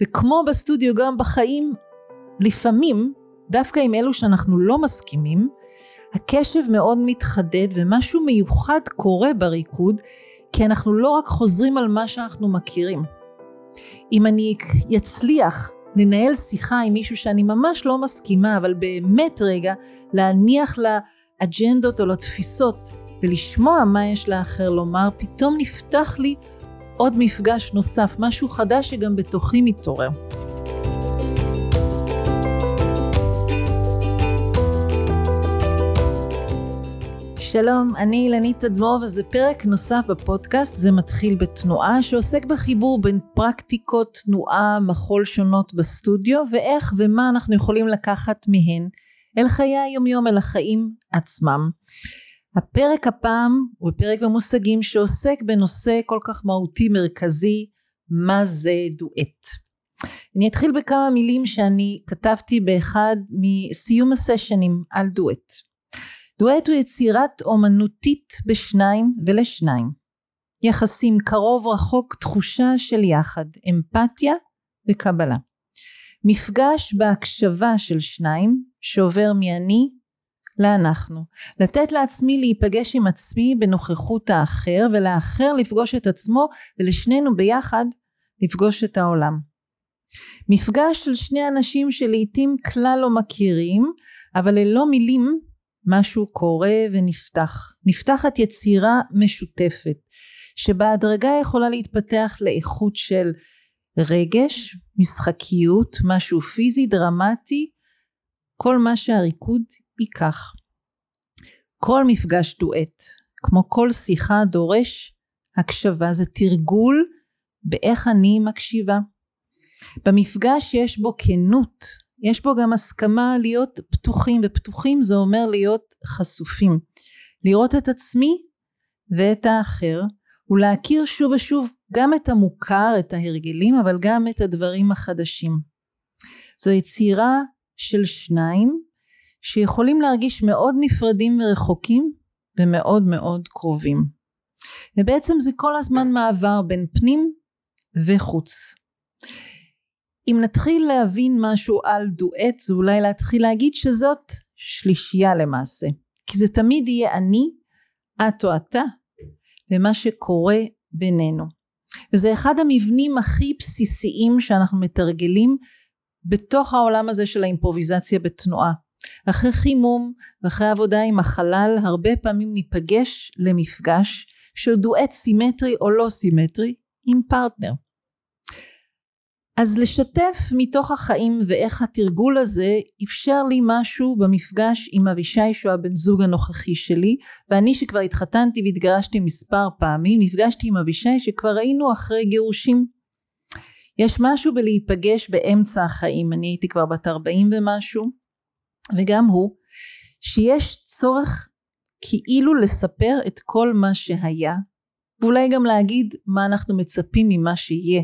וכמו בסטודיו גם בחיים, לפעמים, דווקא עם אלו שאנחנו לא מסכימים, הקשב מאוד מתחדד ומשהו מיוחד קורה בריקוד, כי אנחנו לא רק חוזרים על מה שאנחנו מכירים. אם אני אצליח לנהל שיחה עם מישהו שאני ממש לא מסכימה, אבל באמת רגע להניח לאג'נדות או לתפיסות ולשמוע מה יש לאחר לומר, פתאום נפתח לי עוד מפגש נוסף, משהו חדש שגם בתוכי מתעורר. שלום, אני אילנית תדמור וזה פרק נוסף בפודקאסט, זה מתחיל בתנועה, שעוסק בחיבור בין פרקטיקות תנועה, מחול שונות בסטודיו, ואיך ומה אנחנו יכולים לקחת מהן אל חיי היומיום, אל החיים עצמם. הפרק הפעם הוא פרק במושגים שעוסק בנושא כל כך מהותי מרכזי, מה זה דואט. אני אתחיל בכמה מילים שאני כתבתי באחד מסיום הסשנים על דואט. דואט הוא יצירת אומנותית בשניים ולשניים. יחסים קרוב רחוק, תחושה של יחד, אמפתיה וקבלה. מפגש בהקשבה של שניים שעובר מאני לאנחנו. לתת לעצמי להיפגש עם עצמי בנוכחות האחר, ולאחר לפגוש את עצמו, ולשנינו ביחד לפגוש את העולם. מפגש של שני אנשים שלעיתים כלל לא מכירים, אבל ללא מילים משהו קורה ונפתח. נפתחת יצירה משותפת, שבהדרגה יכולה להתפתח לאיכות של רגש, משחקיות, משהו פיזי, דרמטי, כל מה שהריקוד ייקח. כל מפגש דואט, כמו כל שיחה, דורש הקשבה, זה תרגול באיך אני מקשיבה. במפגש יש בו כנות, יש בו גם הסכמה להיות פתוחים, ופתוחים זה אומר להיות חשופים. לראות את עצמי ואת האחר, ולהכיר שוב ושוב גם את המוכר, את ההרגלים, אבל גם את הדברים החדשים. זו יצירה של שניים, שיכולים להרגיש מאוד נפרדים ורחוקים, ומאוד מאוד קרובים. ובעצם זה כל הזמן מעבר בין פנים וחוץ. אם נתחיל להבין משהו על דואט, זה אולי להתחיל להגיד שזאת שלישייה למעשה. כי זה תמיד יהיה אני, את או אתה, ומה שקורה בינינו. וזה אחד המבנים הכי בסיסיים שאנחנו מתרגלים בתוך העולם הזה של האימפרוביזציה בתנועה. אחרי חימום ואחרי עבודה עם החלל, הרבה פעמים ניפגש למפגש של דואט סימטרי או לא סימטרי עם פרטנר. אז לשתף מתוך החיים ואיך התרגול הזה אפשר לי משהו במפגש עם אבישי שהוא הבן זוג הנוכחי שלי, ואני שכבר התחתנתי והתגרשתי מספר פעמים, נפגשתי עם אבישי שכבר היינו אחרי גירושים. יש משהו בלהיפגש באמצע החיים, אני הייתי כבר בת 40 ומשהו, וגם הוא, שיש צורך כאילו לספר את כל מה שהיה, ואולי גם להגיד מה אנחנו מצפים ממה שיהיה.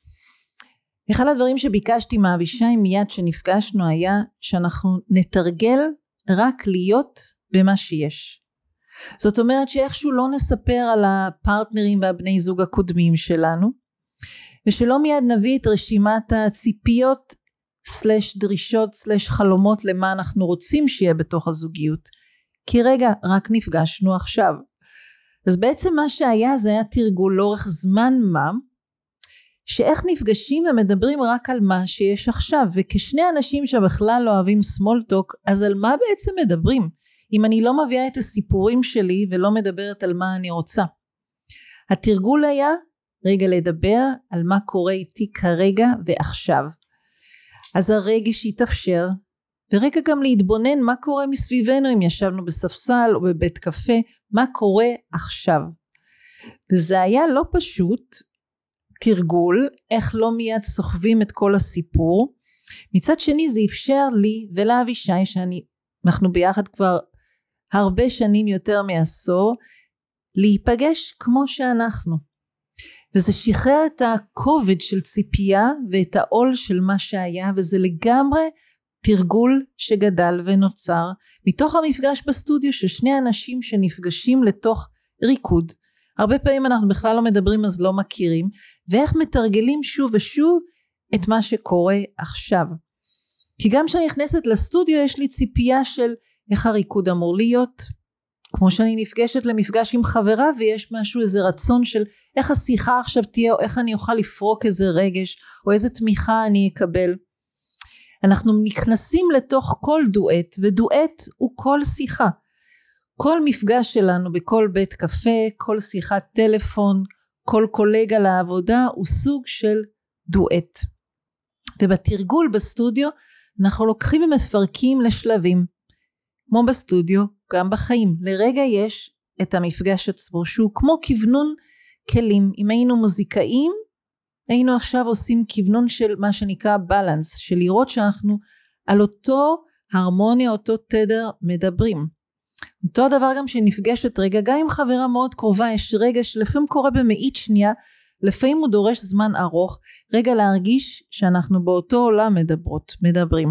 אחד הדברים שביקשתי מאבישי מיד שנפגשנו היה שאנחנו נתרגל רק להיות במה שיש. זאת אומרת שאיכשהו לא נספר על הפרטנרים והבני זוג הקודמים שלנו, ושלא מיד נביא את רשימת הציפיות סלש דרישות סלש חלומות למה אנחנו רוצים שיהיה בתוך הזוגיות. כי רגע, רק נפגשנו עכשיו. אז בעצם מה שהיה זה היה תרגול לאורך זמן מה, שאיך נפגשים ומדברים רק על מה שיש עכשיו, וכשני אנשים שבכלל לא אוהבים small talk, אז על מה בעצם מדברים? אם אני לא מביאה את הסיפורים שלי ולא מדברת על מה אני רוצה. התרגול היה רגע לדבר על מה קורה איתי כרגע ועכשיו. אז הרגש יתאפשר, ורגע גם להתבונן מה קורה מסביבנו, אם ישבנו בספסל או בבית קפה, מה קורה עכשיו. וזה היה לא פשוט, תרגול, איך לא מיד סוחבים את כל הסיפור. מצד שני זה אפשר לי ולאבישי, אנחנו ביחד כבר הרבה שנים, יותר מעשור, להיפגש כמו שאנחנו. וזה שחרר את הכובד של ציפייה ואת העול של מה שהיה, וזה לגמרי תרגול שגדל ונוצר מתוך המפגש בסטודיו של שני אנשים שנפגשים לתוך ריקוד. הרבה פעמים אנחנו בכלל לא מדברים אז לא מכירים, ואיך מתרגלים שוב ושוב את מה שקורה עכשיו. כי גם כשאני נכנסת לסטודיו יש לי ציפייה של איך הריקוד אמור להיות, כמו שאני נפגשת למפגש עם חברה ויש משהו, איזה רצון של איך השיחה עכשיו תהיה, או איך אני אוכל לפרוק איזה רגש, או איזה תמיכה אני אקבל. אנחנו נכנסים לתוך כל דואט, ודואט הוא כל שיחה. כל מפגש שלנו בכל בית קפה, כל שיחת טלפון, כל קולגה לעבודה הוא סוג של דואט. ובתרגול בסטודיו אנחנו לוקחים ומפרקים לשלבים. כמו בסטודיו, גם בחיים. לרגע יש את המפגש עצמו שהוא כמו כוונון כלים. אם היינו מוזיקאים, היינו עכשיו עושים כוונון של מה שנקרא בלנס, של לראות שאנחנו על אותו הרמוניה, אותו תדר מדברים. אותו הדבר גם שנפגשת רגע, גם עם חברה מאוד קרובה, יש רגע שלפעמים קורה במאית שנייה, לפעמים הוא דורש זמן ארוך, רגע להרגיש שאנחנו באותו עולם מדברים.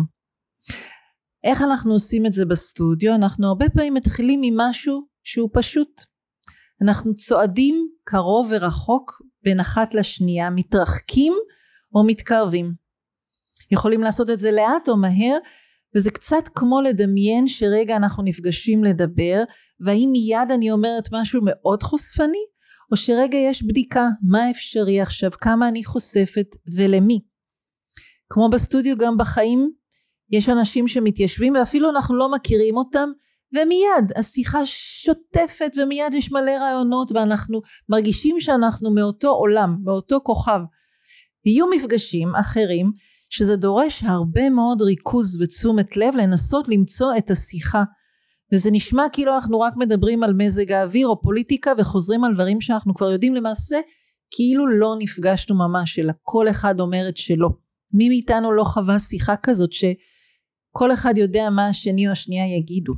איך אנחנו עושים את זה בסטודיו? אנחנו הרבה פעמים מתחילים ממשהו שהוא פשוט. אנחנו צועדים קרוב ורחוק בין אחת לשנייה, מתרחקים או מתקרבים. יכולים לעשות את זה לאט או מהר, וזה קצת כמו לדמיין שרגע אנחנו נפגשים לדבר, והאם מיד אני אומרת משהו מאוד חושפני, או שרגע יש בדיקה, מה אפשרי עכשיו, כמה אני חושפת ולמי. כמו בסטודיו גם בחיים, יש אנשים שמתיישבים ואפילו אנחנו לא מכירים אותם, ומיד השיחה שוטפת ומיד יש מלא רעיונות ואנחנו מרגישים שאנחנו מאותו עולם, מאותו כוכב. יהיו מפגשים אחרים שזה דורש הרבה מאוד ריכוז ותשומת לב לנסות למצוא את השיחה. וזה נשמע כאילו אנחנו רק מדברים על מזג האוויר או פוליטיקה וחוזרים על דברים שאנחנו כבר יודעים, למעשה כאילו לא נפגשנו ממש, אלא כל אחד אומר את שלו. מי מאיתנו לא חווה שיחה כזאת שכל אחד יודע מה השני או השנייה יגידו.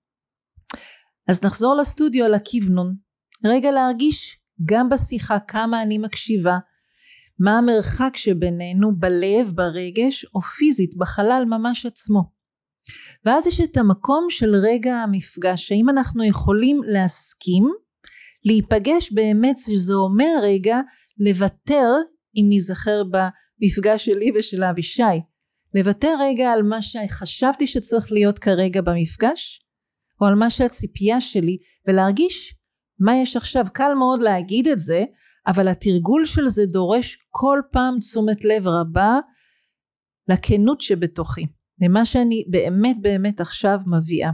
אז נחזור לסטודיו, לכיוונון. רגע להרגיש גם בשיחה כמה אני מקשיבה, מה המרחק שבינינו בלב, ברגש או פיזית בחלל ממש עצמו. ואז יש את המקום של רגע המפגש, האם אנחנו יכולים להסכים, להיפגש באמת, שזה אומר רגע לוותר, אם נזכר במפגש שלי ושל אבישי, לוותר רגע על מה שחשבתי שצריך להיות כרגע במפגש, או על מה שהציפייה שלי, ולהרגיש מה יש עכשיו. קל מאוד להגיד את זה, אבל התרגול של זה דורש כל פעם תשומת לב רבה לכנות שבתוכי, למה שאני באמת באמת עכשיו מביאה.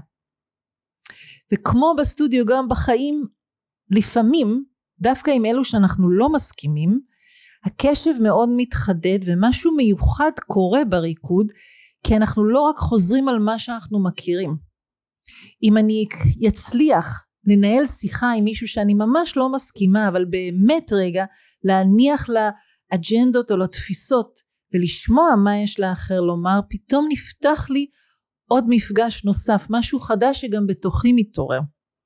וכמו בסטודיו גם בחיים, לפעמים דווקא עם אלו שאנחנו לא מסכימים, הקשב מאוד מתחדד ומשהו מיוחד קורה בריקוד, כי אנחנו לא רק חוזרים על מה שאנחנו מכירים. אם אני יצליח לנהל שיחה עם מישהו שאני ממש לא מסכימה, אבל באמת רגע להניח לאג'נדות או לתפיסות ולשמוע מה יש לאחר לומר, פתאום נפתח לי עוד מפגש נוסף, משהו חדש שגם בתוכי מתעורר.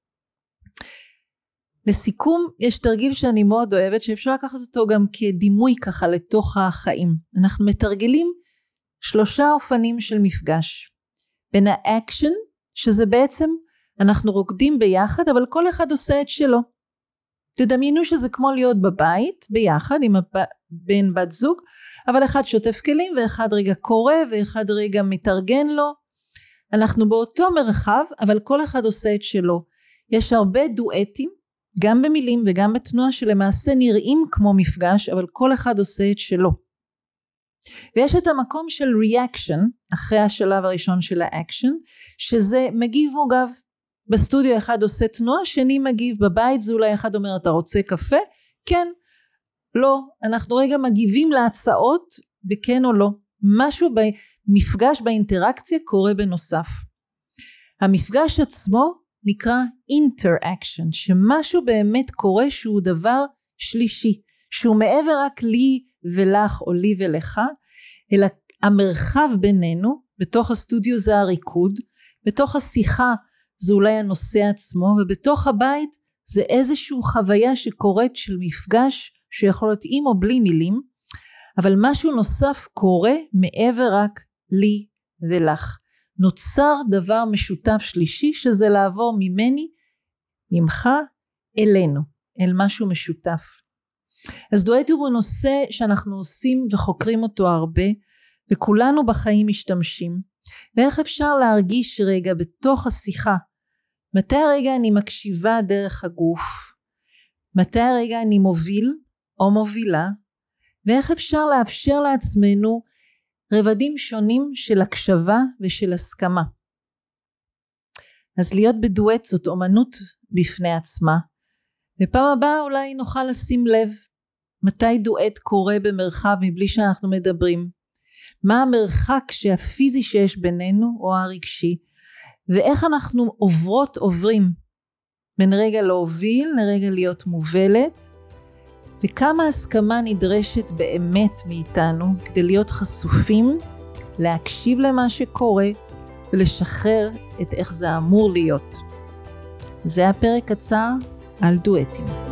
לסיכום, יש תרגיל שאני מאוד אוהבת, שאפשר לקחת אותו גם כדימוי ככה לתוך החיים. אנחנו מתרגלים 3 אופנים של מפגש. בין האקשן, שזה בעצם אנחנו רוקדים ביחד, אבל כל אחד עושה את שלו. תדמיינו שזה כמו להיות בבית ביחד עם בן בת זוג, אבל אחד שוטף כלים ואחד רגע קורא ואחד רגע מתארגן לו. אנחנו באותו מרחב, אבל כל אחד עושה את שלו. יש הרבה דואטים, גם במילים וגם בתנועה, שלמעשה נראים כמו מפגש, אבל כל אחד עושה את שלו. ויש את המקום של reaction, אחרי השלב הראשון של האקשן, שזה מגיב מוגב. בסטודיו אחד עושה תנועה, שני מגיב. בבית זה אולי אחד אומר, אתה רוצה קפה? כן, לא. אנחנו רגע מגיבים להצעות בכן או לא. משהו במפגש, באינטראקציה קורה בנוסף. המפגש עצמו נקרא interaction, שמשהו באמת קורה שהוא דבר שלישי, שהוא מעבר רק לי ולך או לי ולך, אלא המרחב בינינו, בתוך הסטודיו זה הריקוד, בתוך השיחה זה אולי הנושא עצמו, ובתוך הבית זה איזושהי חוויה שקורית של מפגש, שיכול להיות עם או בלי מילים, אבל משהו נוסף קורה מעבר רק לי ולך. נוצר דבר משותף שלישי, שזה לעבור ממני, ממך, אלינו, אל משהו משותף. אז דואט הוא נושא שאנחנו עושים וחוקרים אותו הרבה, וכולנו בחיים משתמשים. ואיך אפשר להרגיש רגע בתוך השיחה, מתי הרגע אני מקשיבה דרך הגוף, מתי הרגע אני מוביל או מובילה, ואיך אפשר לאפשר לעצמנו רבדים שונים של הקשבה ושל הסכמה. אז להיות בדואט זאת אומנות בפני עצמה, ופעם הבאה אולי נוכל לשים לב מתי דואט קורה במרחב מבלי שאנחנו מדברים, מה המרחק הפיזי שיש בינינו או הרגשי, ואיך אנחנו עוברים בין רגע להוביל לרגע להיות מובלת, וכמה הסכמה נדרשת באמת מאיתנו כדי להיות חשופים, להקשיב למה שקורה ולשחרר את איך זה אמור להיות. זה הפרק קצר על דואטים.